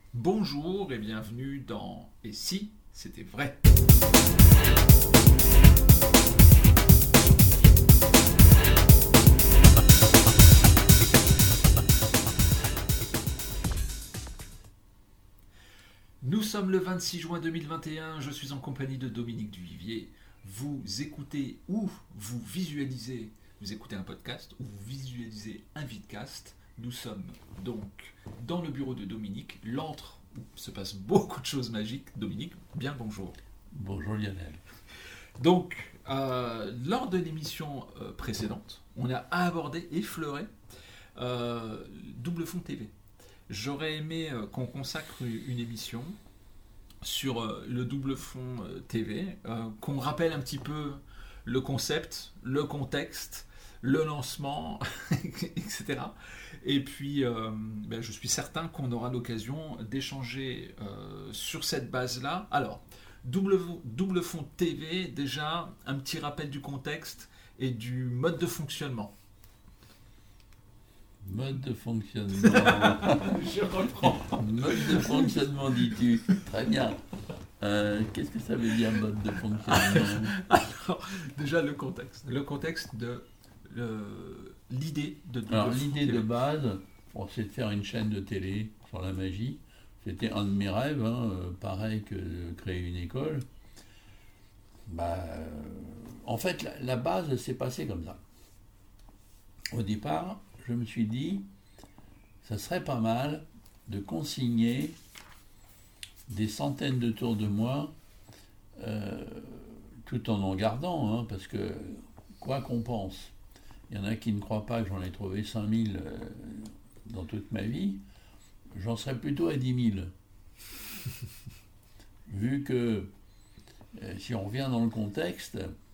Bonjour et bienvenue dans Et si c'était vrai? Nous sommes le 26 juin 2021, je suis en compagnie de Dominique Duvivier. Vous écoutez ou vous visualisez, vous écoutez un podcast ou vous visualisez un vidcast. Nous sommes donc dans le bureau de Dominique, l'antre où se passe beaucoup de choses magiques. Dominique, bien bonjour. Bonjour Lionel. Donc, lors de l'émission précédente, on a abordé, effleuré Double Fond TV. J'aurais aimé qu'on consacre une émission sur le Double Fond TV, qu'on rappelle un petit peu le concept, le contexte, le lancement, etc. Et puis, je suis certain qu'on aura l'occasion d'échanger sur cette base-là. Alors, Double Fond TV, déjà, un petit rappel du contexte et du mode de fonctionnement. Mode de fonctionnement. Je reprends. Mode de fonctionnement, dis-tu. Très bien. Qu'est-ce que ça veut dire, mode de fonctionnement? Alors, déjà, le contexte. Le contexte de l'idée de Double Alors, Fond l'idée TV. de base, c'est de faire une chaîne de télé sur la magie. C'était un de mes rêves, pareil que de créer une école. En fait, la base s'est passée comme ça. Au départ, je me suis dit, ça serait pas mal de consigner des centaines de tours de moi, tout en gardant, parce que, quoi qu'on pense, il y en a qui ne croient pas que j'en ai trouvé 5000 dans toute ma vie, j'en serais plutôt à 10 000. Vu que, si on revient dans le contexte,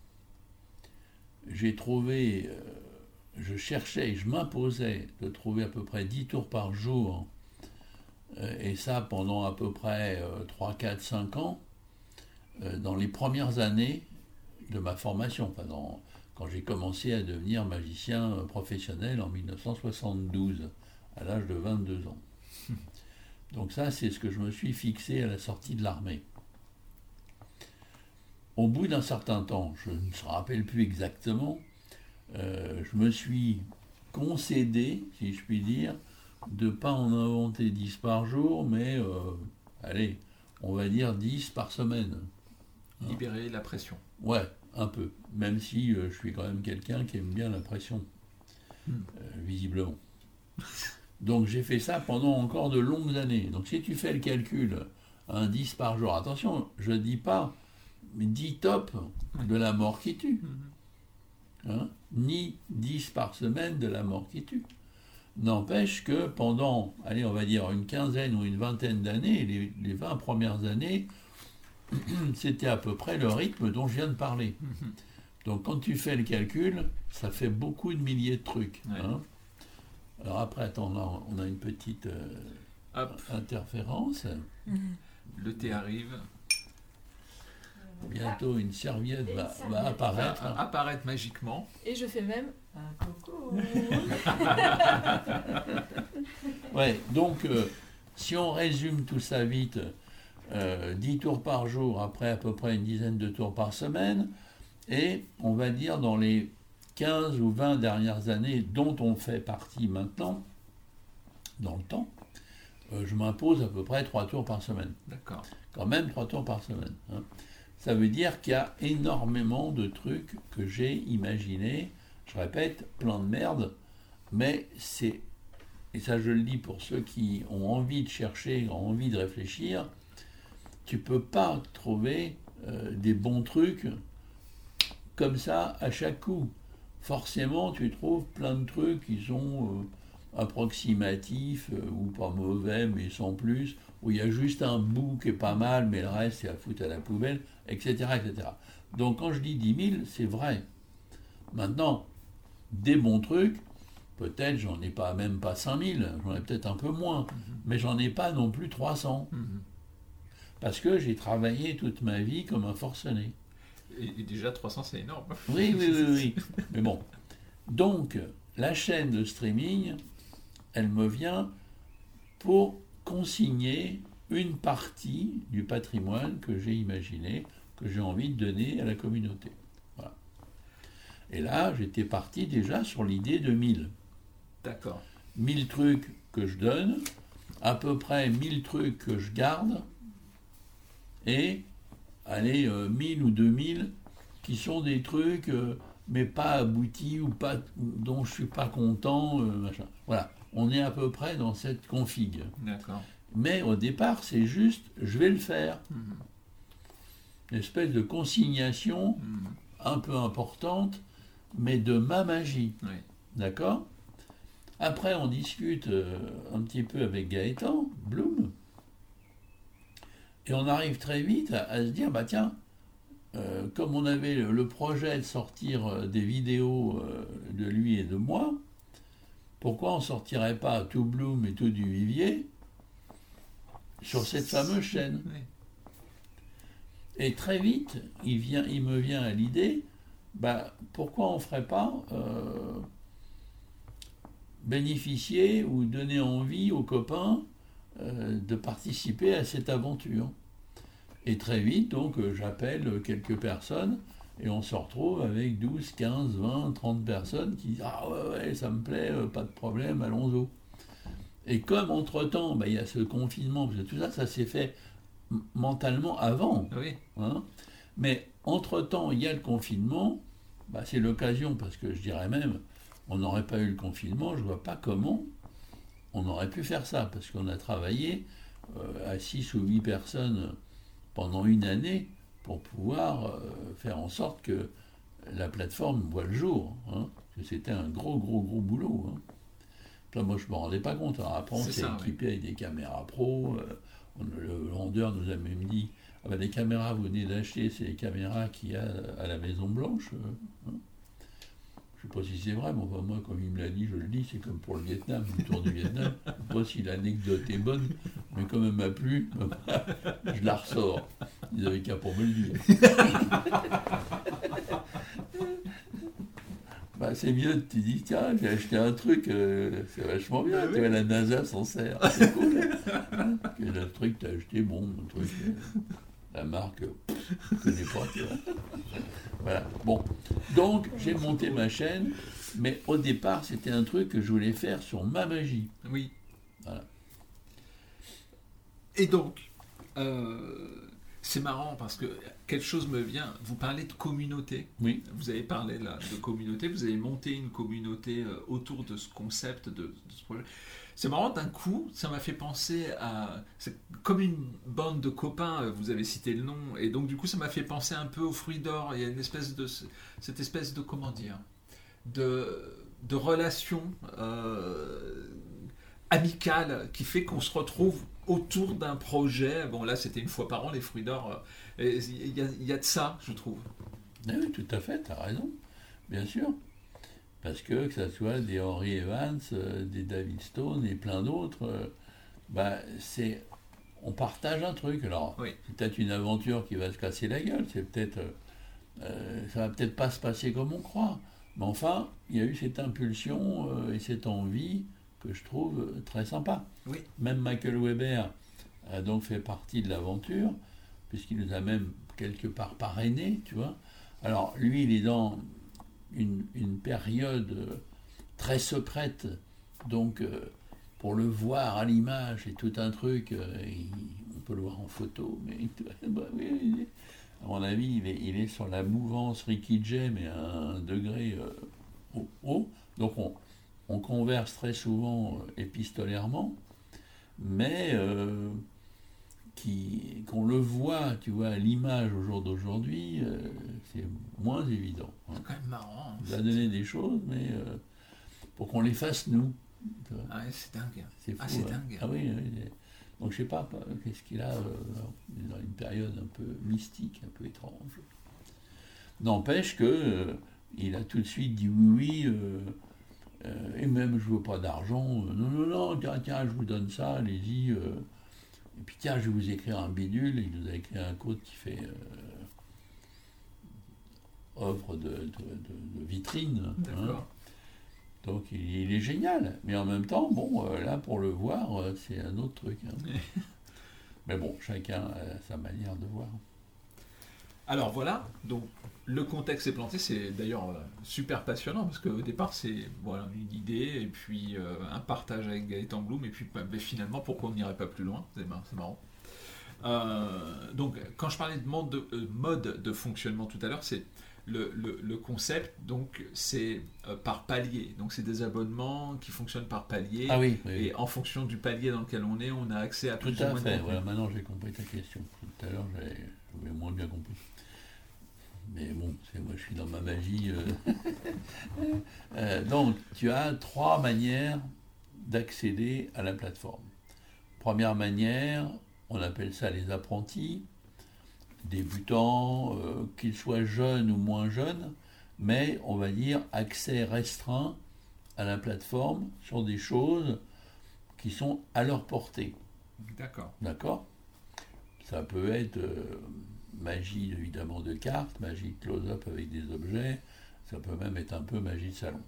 j'ai trouvé... je cherchais et je m'imposais de trouver à peu près 10 tours par jour, et ça pendant à peu près 3, 4, 5 ans, dans les premières années de ma formation, quand j'ai commencé à devenir magicien professionnel en 1972, à l'âge de 22 ans. Donc ça, c'est ce que je me suis fixé à la sortie de l'armée. Au bout d'un certain temps, je ne me rappelle plus exactement, je me suis concédé, si je puis dire, de ne pas en inventer 10 par jour, mais, allez, on va dire 10 par semaine. Libérer la pression. Ouais, un peu. Même si je suis quand même quelqu'un qui aime bien la pression, visiblement. Donc j'ai fait ça pendant encore de longues années. Donc si tu fais le calcul, 10 par jour, attention, je ne dis pas 10 tops de la mort qui tue. Ni 10 par semaine de la mort qui tue. N'empêche que pendant, allez, on va dire une quinzaine ou une vingtaine d'années, les 20 premières années, c'était à peu près le rythme dont je viens de parler. Donc quand tu fais le calcul, ça fait beaucoup de milliers de trucs. Ouais. Alors après, attends, on a une petite interférence. Le thé arrive. Bientôt, une serviette va apparaître. Apparaître magiquement. Et je fais même un coucou. Ouais, donc, si on résume tout ça vite, 10 tours par jour, après à peu près une dizaine de tours par semaine, et on va dire dans les 15 ou 20 dernières années, dont on fait partie maintenant, dans le temps, je m'impose à peu près 3 tours par semaine. D'accord. Quand même 3 tours par semaine. Ça veut dire qu'il y a énormément de trucs que j'ai imaginés, je répète, plein de merde, mais c'est, et ça je le dis pour ceux qui ont envie de chercher, ont envie de réfléchir, tu peux pas trouver des bons trucs comme ça à chaque coup. Forcément, tu trouves plein de trucs qui sont approximatifs ou pas mauvais, mais sans plus, où il y a juste un bout qui est pas mal, mais le reste, c'est à foutre à la poubelle, etc., etc. Donc, quand je dis 10 000, c'est vrai. Maintenant, des bons trucs, peut-être j'en ai pas, même pas 5 000, j'en ai peut-être un peu moins, mais j'en ai pas non plus 300. Parce que j'ai travaillé toute ma vie comme un forcené. Et déjà 300, c'est énorme. Oui. Mais bon. Donc, la chaîne de streaming, elle me vient pour consigner une partie du patrimoine que j'ai imaginé, que j'ai envie de donner à la communauté. Voilà. Et là, j'étais parti déjà sur l'idée de 1000. D'accord. 1000 trucs que je donne, à peu près 1000 trucs que je garde, et, allez, 1000 ou 2000 qui sont des trucs, mais pas aboutis ou pas, dont je ne suis pas content, machin. Voilà, on est à peu près dans cette config. D'accord. Mais au départ, c'est juste, je vais le faire. Une espèce de consignation un peu importante, mais de ma magie. Oui. D'accord ? Après, on discute un petit peu avec Gaëtan Bloom, et on arrive très vite à se dire, bah tiens, comme on avait le projet de sortir des vidéos de lui et de moi, pourquoi on ne sortirait pas tout Bloom et tout du Vivier sur cette fameuse chaîne ? Oui. Et très vite, il me vient à l'idée, bah, pourquoi on ne ferait pas bénéficier ou donner envie aux copains de participer à cette aventure. Et très vite, donc, j'appelle quelques personnes et on se retrouve avec 12, 15, 20, 30 personnes qui disent « Ah ouais, ça me plaît, pas de problème, allons-y ». Et comme entre-temps, bah, il y a ce confinement, parce que tout ça, ça s'est fait mentalement avant. Oui. Hein, mais entre-temps, il y a le confinement, bah, c'est l'occasion, parce que je dirais même, on n'aurait pas eu le confinement, je ne vois pas comment on aurait pu faire ça, parce qu'on a travaillé à 6 ou 8 personnes pendant une année pour pouvoir faire en sorte que la plateforme voit le jour. Hein, parce que c'était un gros boulot. Hein. Là, moi, je ne me rendais pas compte. Alors, après, on s'est équipé avec des caméras pro. Le vendeur nous a même dit « Ah ben, les caméras vous venez d'acheter, c'est les caméras qu'il y a à la Maison Blanche. Hein. » Je ne sais pas si c'est vrai, mais enfin, moi, comme il me l'a dit, je le dis, c'est comme pour le Vietnam, le tour du Vietnam. Je ne sais pas si l'anecdote est bonne, mais comme elle m'a plu, je la ressors. Ils n'avaient qu'à pour me le dire. Bah, c'est mieux, tu dis, tiens, j'ai acheté un truc, c'est vachement bien, tu vois, la NASA s'en sert, c'est cool. Hein. Le truc que tu as acheté, bon, le truc, la marque, je ne connais pas, tu vois. Voilà, bon. Donc, j'ai monté ma chaîne, mais au départ, c'était un truc que je voulais faire sur ma magie. Oui. Voilà. Et donc, c'est marrant parce que quelque chose me vient. Vous parlez de communauté. Oui. Vous avez parlé là de communauté. Vous avez monté une communauté autour de ce concept, de ce projet. C'est marrant, d'un coup, ça m'a fait penser à... C'est comme une bande de copains, vous avez cité le nom, et donc du coup, ça m'a fait penser un peu aux Fruits d'Or. Il y a une espèce de... Cette espèce de... Comment dire ? De relation amicale qui fait qu'on se retrouve autour d'un projet. Bon, là, c'était une fois par an, les Fruits d'Or. Il y a de ça, je trouve. Oui, tout à fait, tu as raison, bien sûr. Parce que ça soit des Henry Evans, des David Stone et plein d'autres, bah, on partage un truc. Alors, oui. C'est peut-être une aventure qui va se casser la gueule, ça va peut-être pas se passer comme on croit. Mais enfin, il y a eu cette impulsion et cette envie que je trouve très sympa. Oui. Même Michael Weber a donc fait partie de l'aventure, puisqu'il nous a même quelque part parrainés, tu vois. Alors, lui, il est dans une période très secrète, donc pour le voir à l'image, c'est tout un truc, on peut le voir en photo, mais à mon avis, il est sur la mouvance Ricky Jay, mais à un degré haut. Donc on converse très souvent épistolairement, mais qu'on le voit, tu vois, à l'image au jour d'aujourd'hui, c'est moins évident. Hein. C'est quand même marrant. Il va donner des choses, mais pour qu'on les fasse nous. Ah ouais, c'est dingue. C'est fou. C'est hein. dingue. Ah oui. Donc je sais pas, qu'est-ce qu'il a dans une période un peu mystique, un peu étrange. N'empêche que il a tout de suite dit oui. Et même je veux pas d'argent. Non, tiens, je vous donne ça, allez-y. Et puis tiens, je vais vous écrire un bidule. Il nous a écrit un code qui fait œuvre de vitrine. D'accord. Hein. Donc il est génial, mais en même temps, bon, là pour le voir, c'est un autre truc. Hein. Mais bon, chacun a sa manière de voir. Alors voilà, donc le contexte est planté, c'est d'ailleurs super passionnant parce qu'au départ c'est voilà, une idée et puis un partage avec Gaëtan Bloom et puis finalement pourquoi on n'irait pas plus loin, c'est marrant. Donc quand je parlais de mode de fonctionnement tout à l'heure, c'est le concept, donc c'est par palier, donc c'est des abonnements qui fonctionnent par palier. Ah oui, oui. Et en fonction du palier dans lequel on a accès à tout plus à ou moins de fait. contenu. Voilà, maintenant j'ai compris ta question. Tout à l'heure j'avais moins bien compris. Mais bon, moi je suis dans ma magie. Donc tu as 3 manières d'accéder à la plateforme. Première manière, on appelle ça les apprentis, débutants, qu'ils soient jeunes ou moins jeunes, mais on va dire accès restreint à la plateforme sur des choses qui sont à leur portée. D'accord. D'accord ? Ça peut être magie évidemment de cartes, magie de close-up avec des objets, ça peut même être un peu magie de salon.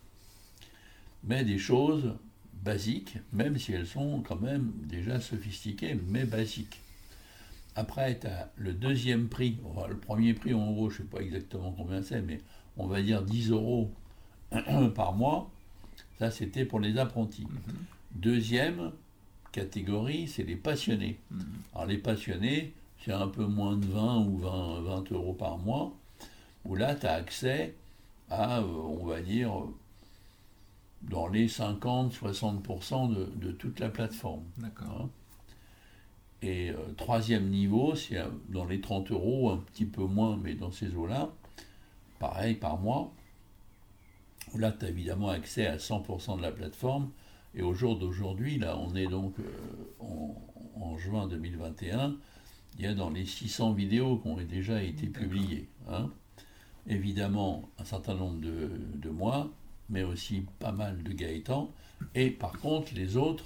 Mais des choses basiques, même si elles sont quand même déjà sophistiquées, mais basiques. Après, tu as le deuxième prix. Enfin, le premier prix, en gros, je ne sais pas exactement combien c'est, mais on va dire 10 € par mois. Ça, c'était pour les apprentis. Mm-hmm. Deuxième catégorie, c'est les passionnés. Mm-hmm. Alors, les passionnés, c'est un peu moins de 20 ou 20 € par mois, où là, tu as accès à, on va dire, dans les 50-60% de toute la plateforme. D'accord. Hein. Et troisième niveau, c'est dans les 30 €, un petit peu moins, mais dans ces eaux-là, pareil par mois, où là, tu as évidemment accès à 100% de la plateforme. Et au jour d'aujourd'hui, là, on est donc en juin 2021, il y a dans les 600 vidéos qui ont déjà été publiées. Hein. Évidemment, un certain nombre de moi, mais aussi pas mal de Gaëtan. Et par contre, les autres,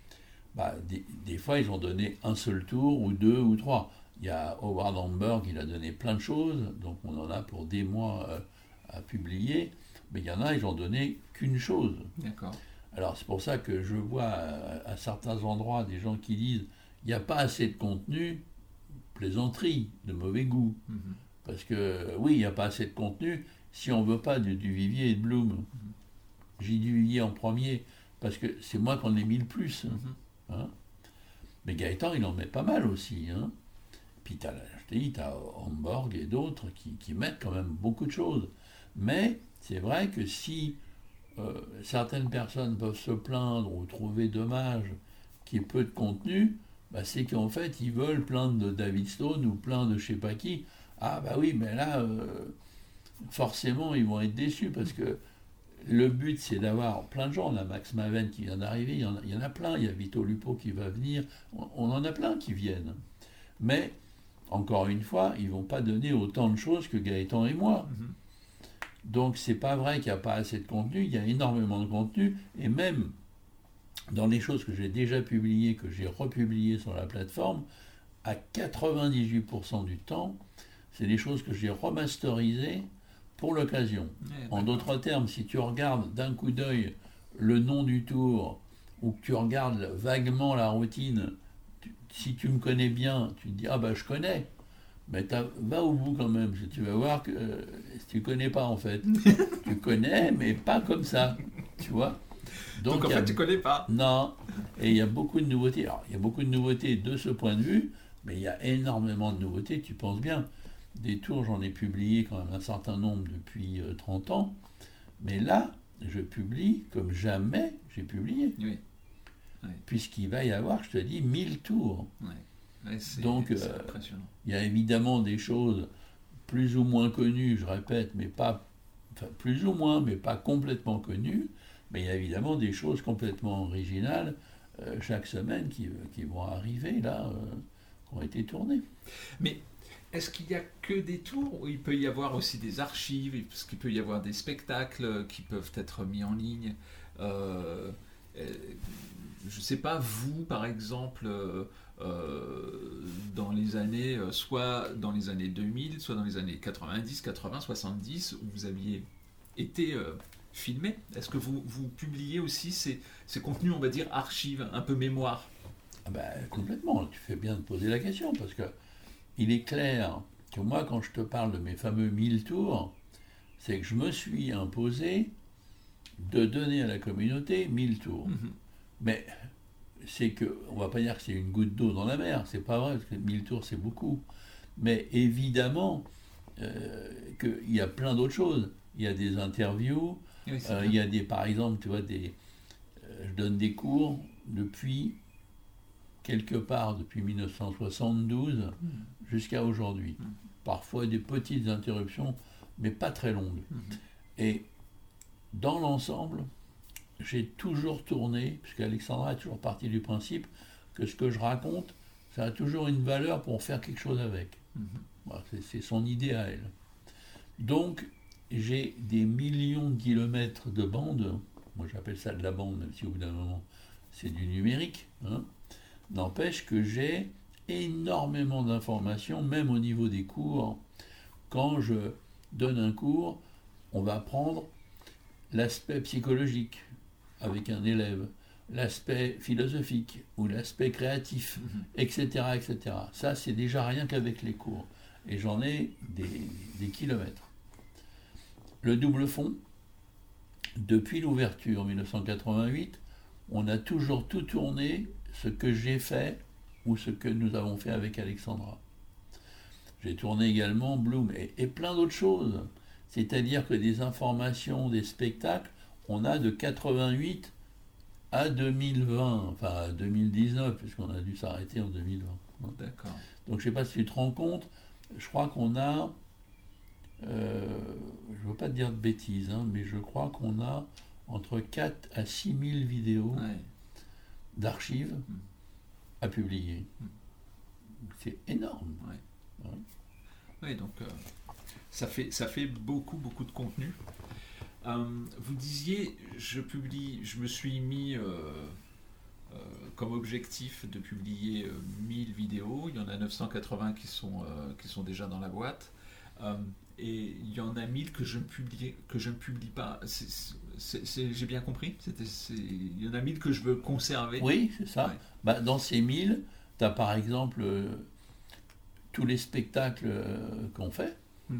des fois, ils ont donné un seul tour, ou 2 ou 3. Il y a Howard Hamburg, il a donné plein de choses, donc on en a pour des mois à publier, mais il y en a, ils n'ont donné qu'une chose. D'accord. Alors c'est pour ça que je vois à certains endroits des gens qui disent il n'y a pas assez de contenu, plaisanterie, de mauvais goût. Mm-hmm. Parce que oui, il n'y a pas assez de contenu si on ne veut pas du Vivier et de Bloom. Mm-hmm. J'ai du Vivier en premier, parce que c'est moi qui en ai mis le plus. Mm-hmm. Hein. Mais Gaëtan, il en met pas mal aussi. Hein. Puis je te dis, tu as Hamburg et d'autres qui mettent quand même beaucoup de choses. Mais c'est vrai que si certaines personnes peuvent se plaindre ou trouver dommage qu'il y ait peu de contenu, c'est qu'en fait, ils veulent plein de David Stone ou plein de je sais pas qui. Ah bah oui, mais là, forcément, ils vont être déçus parce que le but, c'est d'avoir plein de gens. On a Max Maven qui vient d'arriver, il y en a plein. Il y a Vito Lupo qui va venir. On en a plein qui viennent. Mais, encore une fois, ils ne vont pas donner autant de choses que Gaëtan et moi. Mm-hmm. Donc, c'est pas vrai qu'il n'y a pas assez de contenu. Il y a énormément de contenu. Et même dans les choses que j'ai déjà publiées, que j'ai republiées sur la plateforme, à 98% du temps, c'est des choses que j'ai remasterisées pour l'occasion. En d'autres termes, si tu regardes d'un coup d'œil le nom du tour, ou que tu regardes vaguement la routine, si tu me connais bien, tu te dis « Ah je connais », mais va au bout quand même, tu vas voir que tu connais pas en fait. Tu connais, mais pas comme ça, tu vois. Donc en fait, tu connais pas. Non, et il y a beaucoup de nouveautés. Alors, il y a beaucoup de nouveautés de ce point de vue, mais il y a énormément de nouveautés, tu penses bien. Des tours, j'en ai publié quand même un certain nombre depuis 30 ans, mais là, je publie comme jamais j'ai publié. Oui. Oui. Puisqu'il va y avoir, je te dis, 1000 tours. Oui. Ouais, donc, c'est impressionnant. Il y a évidemment des choses plus ou moins connues, je répète, mais pas, enfin plus ou moins, mais pas complètement connues. Mais il y a évidemment des choses complètement originales chaque semaine qui vont arriver là, qui ont été tournées. Mais est-ce qu'il n'y a que des tours ou il peut y avoir aussi des archives, parce qu'il peut y avoir des spectacles qui peuvent être mis en ligne je ne sais pas, vous par exemple, dans les années, soit dans les années 2000, soit dans les années 90, 80, 70, où vous aviez été filmés. Est-ce que vous publiez aussi ces contenus, on va dire, archives, un peu mémoire? Ah ben, complètement, tu fais bien de poser la question, parce que il est clair que moi, quand je te parle de mes fameux 1000 tours, c'est que je me suis imposé de donner à la communauté 1000 tours. Mhm. Mais c'est que, on va pas dire que c'est une goutte d'eau dans la mer, c'est pas vrai, parce que 1000 tours c'est beaucoup. Mais évidemment qu'il y a plein d'autres choses. Il y a des interviews, Oui, c'est il y bien. a des, par exemple, tu vois, je donne des cours depuis quelque part depuis 1972 Mhm. jusqu'à aujourd'hui. Mhm. Parfois des petites interruptions, mais pas très longues. Mhm. Et dans l'ensemble, j'ai toujours tourné, puisque Alexandra est toujours partie du principe que ce que je raconte, ça a toujours une valeur pour faire quelque chose avec. Mhm. Voilà, c'est son idée à elle. Donc, j'ai des millions de kilomètres de bande. Moi, j'appelle ça de la bande, même si au bout d'un moment, c'est du numérique. Hein. N'empêche que j'ai énormément d'informations, même au niveau des cours. Quand je donne un cours, on va prendre l'aspect psychologique avec un élève, l'aspect philosophique ou l'aspect créatif, Mhm. etc., etc. Ça, c'est déjà rien qu'avec les cours. Et j'en ai des kilomètres. Le double fond, depuis l'ouverture en 1988, on a toujours tout tourné ce que j'ai fait ou ce que nous avons fait avec Alexandra. J'ai tourné également Bloom et plein d'autres choses. C'est-à-dire que des informations, des spectacles, on a de 88 à 2020, enfin à 2019, puisqu'on a dû s'arrêter en 2020. D'accord. Donc je ne sais pas si tu te rends compte, je crois qu'on a, je ne veux pas te dire de bêtises, hein, mais je crois qu'on a entre 4 à 6 000 vidéos Ouais. d'archives à publier. Mm. C'est énorme. Oui, donc ça fait beaucoup, beaucoup de contenu. Vous disiez, je me suis mis comme objectif de publier 1000 vidéos. Il y en a 980 qui sont déjà dans la boîte. Et il y en a 1000 que je ne publie pas. J'ai bien compris. Il y en a 1000 que je veux conserver. Oui, c'est ça. Ouais. Bah, dans ces 1000, tu as par exemple tous les spectacles qu'on fait Hmm.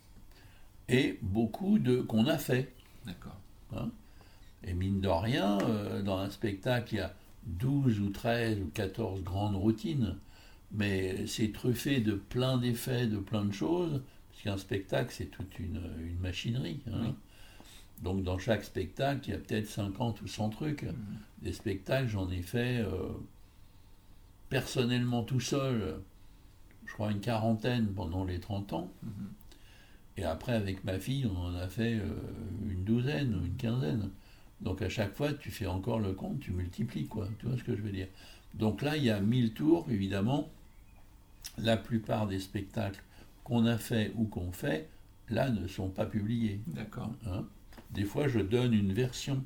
et beaucoup qu'on a fait. D'accord. Hein. Et mine de rien, dans un spectacle, il y a 12 ou 13 ou 14 grandes routines, mais c'est truffé de plein d'effets, de plein de choses, parce qu'un spectacle, c'est toute une machinerie. Hein. Oui. Donc dans chaque spectacle, il y a peut-être 50 ou 100 trucs. Hmm. Des spectacles, j'en ai fait personnellement tout seul, je crois une quarantaine pendant les 30 ans. Mhm. Et après, avec ma fille, on en a fait une douzaine ou une quinzaine. Donc à chaque fois, tu fais encore le compte, tu multiplies, quoi. Tu vois ce que je veux dire? Donc là, il y a 1000 tours, évidemment. La plupart des spectacles qu'on a fait ou qu'on fait, là, ne sont pas publiés. D'accord. Hein. Des fois, je donne une version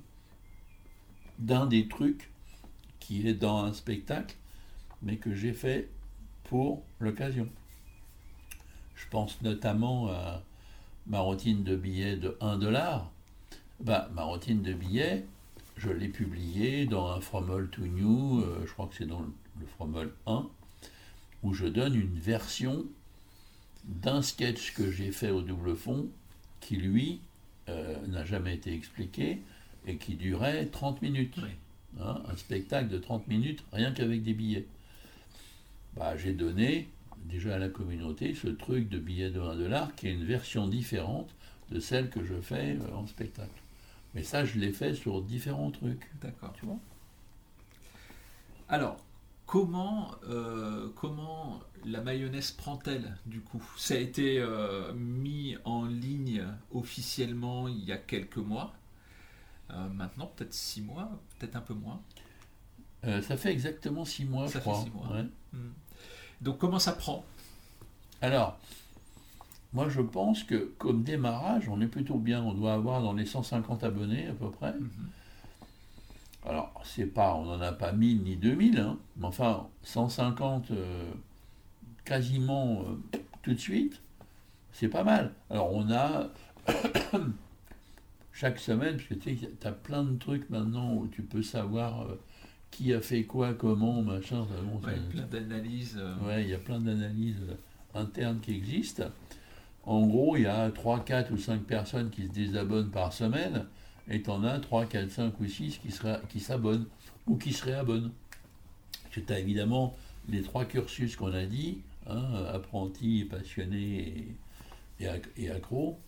d'un des trucs qui est dans un spectacle, mais que j'ai fait pour l'occasion. Je pense notamment à ma routine de billets de 1 $. Bah, ma routine de billets, je l'ai publiée dans un From Old to New, je crois que c'est dans le From Old 1, où je donne une version d'un sketch que j'ai fait au double fond, qui lui n'a jamais été expliqué, et qui durait 30 minutes. Oui. Hein, un spectacle de 30 minutes, rien qu'avec des billets. Bah, j'ai donné déjà à la communauté ce truc de billets de 1 $, qui est une version différente de celle que je fais en spectacle. Mais ça, je l'ai fait sur différents trucs. D'accord. Tu vois? Alors, comment la mayonnaise prend-elle du coup? Ça a été mis en ligne officiellement il y a quelques mois. Maintenant, peut-être 6 mois, peut-être un peu moins. Ça fait exactement 6 mois, Ça je fait crois. 6 mois. Ouais. Hmm. Donc, comment ça prend? Alors, moi, je pense que comme démarrage, on est plutôt bien. On doit avoir dans les 150 abonnés à peu près. Mhm. Alors, c'est pas, on n'en a pas 1000 ni 2000, hein, mais enfin, 150 quasiment tout de suite, c'est pas mal. Alors, on a, chaque semaine, parce que tu sais, tu as plein de trucs maintenant où tu peux savoir qui a fait quoi, comment, machin. Bon, Ouais, plein d'analyses. Ouais, il y a plein d'analyses internes qui existent. En gros, il y a 3, 4 ou 5 personnes qui se désabonnent par semaine, et tu en as 3, 4, 5 ou 6 qui s'abonnent, ou qui se réabonnent. Tu as évidemment les 3 cursus qu'on a dit, hein, apprenti, passionné et accro.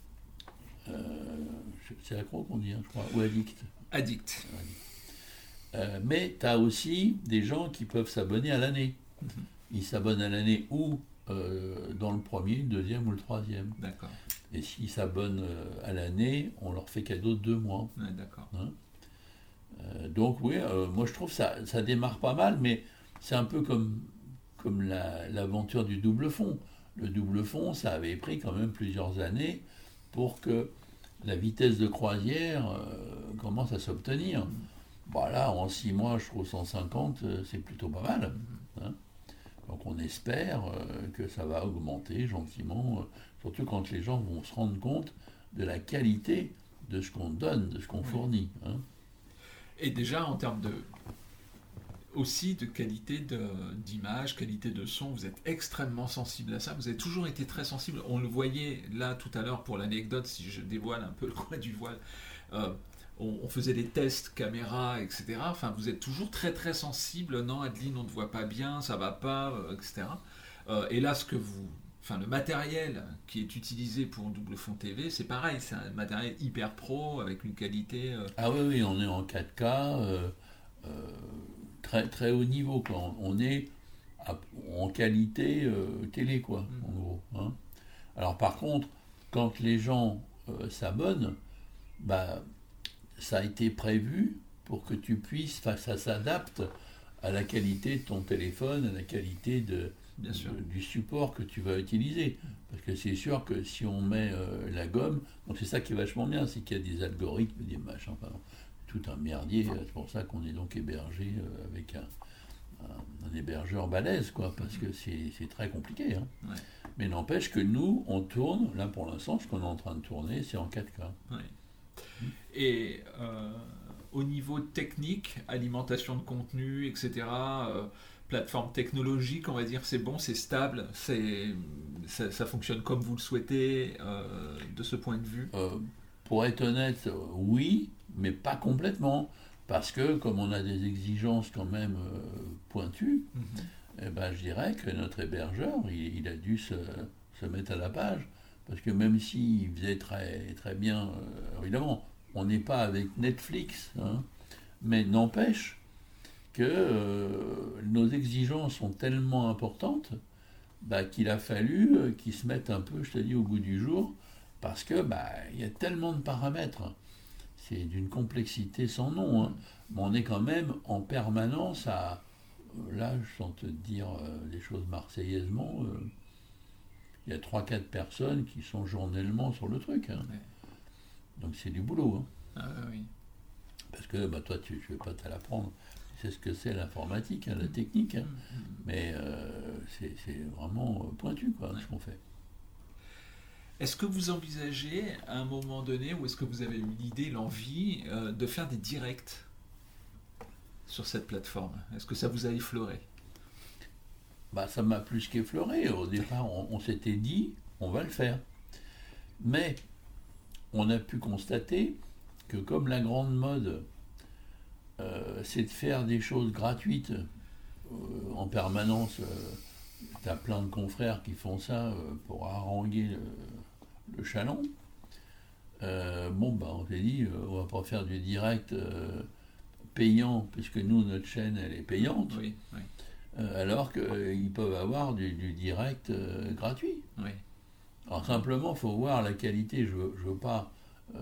C'est accro qu'on dit, hein, je crois, ou addict. Addict. Mais tu as aussi des gens qui peuvent s'abonner à l'année. Ils s'abonnent à l'année ou dans le premier, le deuxième ou le troisième. D'accord. Et s'ils s'abonnent à l'année, on leur fait cadeau de 2 mois. Ouais, d'accord. Hein. Donc oui, moi je trouve que ça démarre pas mal, mais c'est un peu comme l'aventure du double fond. Le double fond, ça avait pris quand même plusieurs années pour que la vitesse de croisière commence à s'obtenir. Voilà, en 6 mois, je trouve 150, c'est plutôt pas mal. Hein. Donc on espère que ça va augmenter gentiment, surtout quand les gens vont se rendre compte de la qualité de ce qu'on donne, de ce qu'on fournit. Hein. Et déjà en termes aussi de qualité d'image, qualité de son, vous êtes extrêmement sensible à ça. Vous avez toujours été très sensible. On le voyait là tout à l'heure pour l'anecdote, si je dévoile un peu le coin du voile. On faisait des tests caméra, etc. Enfin, vous êtes toujours très très sensible. Non, Adeline, on ne te voit pas bien, ça va pas, etc. Et là, le matériel qui est utilisé pour Double Fond TV, c'est pareil, c'est un matériel hyper pro avec une qualité. Ah oui, on est en 4K, très très haut niveau, quoi. On est en qualité télé, quoi, en gros. Hein. Alors par contre, quand les gens s'abonnent, bah ça a été prévu pour que tu puisses, ça s'adapte à la qualité de ton téléphone, à la qualité du support que tu vas utiliser. Parce que c'est sûr que si on met la gomme, donc c'est ça qui est vachement bien, c'est qu'il y a des algorithmes, des machins, enfin, tout un merdier, c'est pour ça qu'on est donc hébergé avec un hébergeur balèze, quoi, parce que c'est très compliqué. Hein. Ouais. Mais n'empêche que nous, on tourne, là pour l'instant, ce qu'on est en train de tourner, c'est en 4K. Ouais. Et au niveau technique, alimentation de contenu, etc., plateforme technologique, on va dire, c'est bon, c'est stable, ça fonctionne comme vous le souhaitez de ce point de vue. Pour être honnête, oui, mais pas complètement. Parce que comme on a des exigences quand même pointues, eh ben, je dirais que notre hébergeur, il a dû se mettre à la page. Parce que même s'il faisait très, très bien, évidemment, on n'est pas avec Netflix, hein, mais n'empêche que nos exigences sont tellement importantes qu'il a fallu qu'ils se mettent un peu, je te dis, au goût du jour, parce que y a tellement de paramètres. C'est d'une complexité sans nom. Hein. Mais on est quand même en permanence à... Là, sans te dire les choses marseillaisement... il y a 3-4 personnes qui sont journellement sur le truc. Hein. Ouais. Donc c'est du boulot. Hein. Ah oui. Parce que toi, je ne vais pas te l'apprendre. Tu sais ce que c'est l'informatique, hein, la technique. Hein. Mais c'est vraiment pointu, quoi, ce qu'on fait. Est-ce que vous envisagez à un moment donné, ou est-ce que vous avez eu l'idée, l'envie de faire des directs sur cette plateforme? Est-ce que ça vous a effleuré? Ça m'a plus qu'effleuré. Au départ, on s'était dit, on va le faire. Mais on a pu constater que comme la grande mode, c'est de faire des choses gratuites en permanence, tu as plein de confrères qui font ça pour haranguer le chaland. On s'est dit, on va pas faire du direct payant, puisque nous, notre chaîne, elle est payante. Oui, oui. Alors qu'ils peuvent avoir du direct gratuit. Oui. Alors simplement, il faut voir la qualité. Je veux pas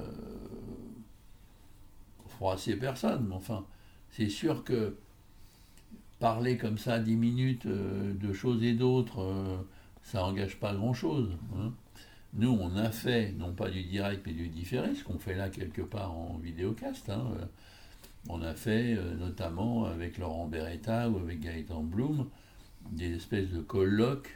froisser personne, mais enfin, c'est sûr que parler comme ça 10 minutes de choses et d'autres, ça n'engage pas grand-chose. Hein. Nous, on a fait, non pas du direct, mais du différé, ce qu'on fait là quelque part en vidéocast. Hein. On a fait, notamment avec Laurent Beretta ou avec Gaëtan Blum, des espèces de colloques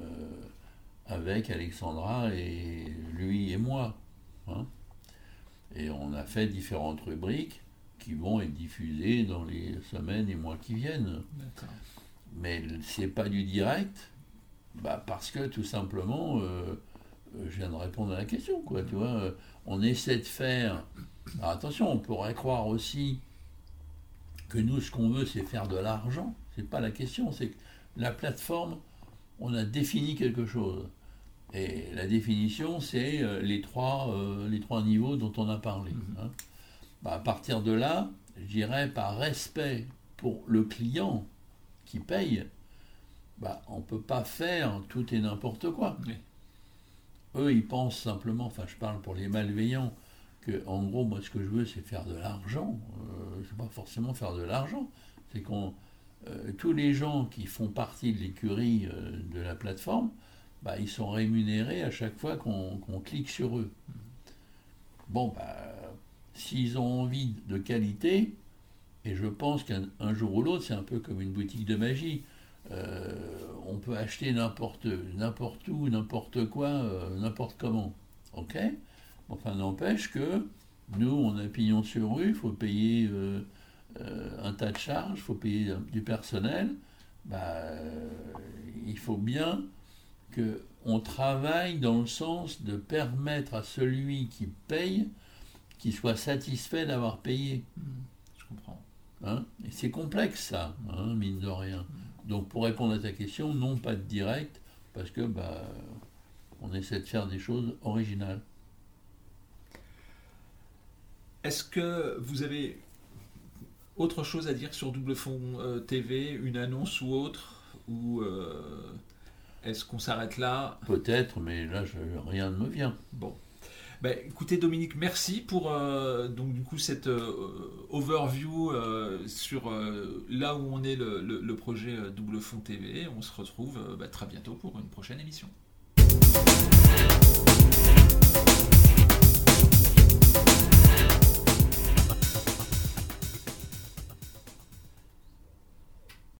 avec Alexandra et lui et moi. Hein. Et on a fait différentes rubriques qui vont être diffusées dans les semaines et mois qui viennent. D'accord. Mais c'est pas du direct, parce que tout simplement, je viens de répondre à la question, quoi, tu vois. On essaie de faire... Alors attention, on pourrait croire aussi que nous, ce qu'on veut, c'est faire de l'argent. C'est pas la question, c'est que la plateforme, on a défini quelque chose. Et la définition, c'est les trois niveaux dont on a parlé. Hein. À partir de là, je dirais, par respect pour le client qui paye, on ne peut pas faire tout et n'importe quoi. Oui. Eux, ils pensent simplement, je parle pour les malveillants, que en gros, moi, ce que je veux, c'est faire de l'argent. C'est pas forcément faire de l'argent. C'est qu'on tous les gens qui font partie de l'écurie de la plateforme, ils sont rémunérés à chaque fois qu'on clique sur eux. Bon, s'ils ont envie de qualité, et je pense qu'un jour ou l'autre, c'est un peu comme une boutique de magie. On peut acheter n'importe où, n'importe quoi, n'importe comment. Ok ? Enfin, n'empêche que nous, on a pignon sur rue, il faut payer un tas de charges, il faut payer du personnel. Il faut bien qu'on travaille dans le sens de permettre à celui qui paye qu'il soit satisfait d'avoir payé. Je comprends. Hein ? Et c'est complexe ça, mine de rien. Donc pour répondre à ta question, non, pas de direct, parce que on essaie de faire des choses originales. Est-ce que vous avez autre chose à dire sur Double Fond TV, une annonce ou autre, ou est-ce qu'on s'arrête là ? Peut-être, mais là, rien ne me vient. Bon. Écoutez Dominique, merci pour donc du coup cette overview sur là où on est le projet Double Fond TV. On se retrouve très bientôt pour une prochaine émission.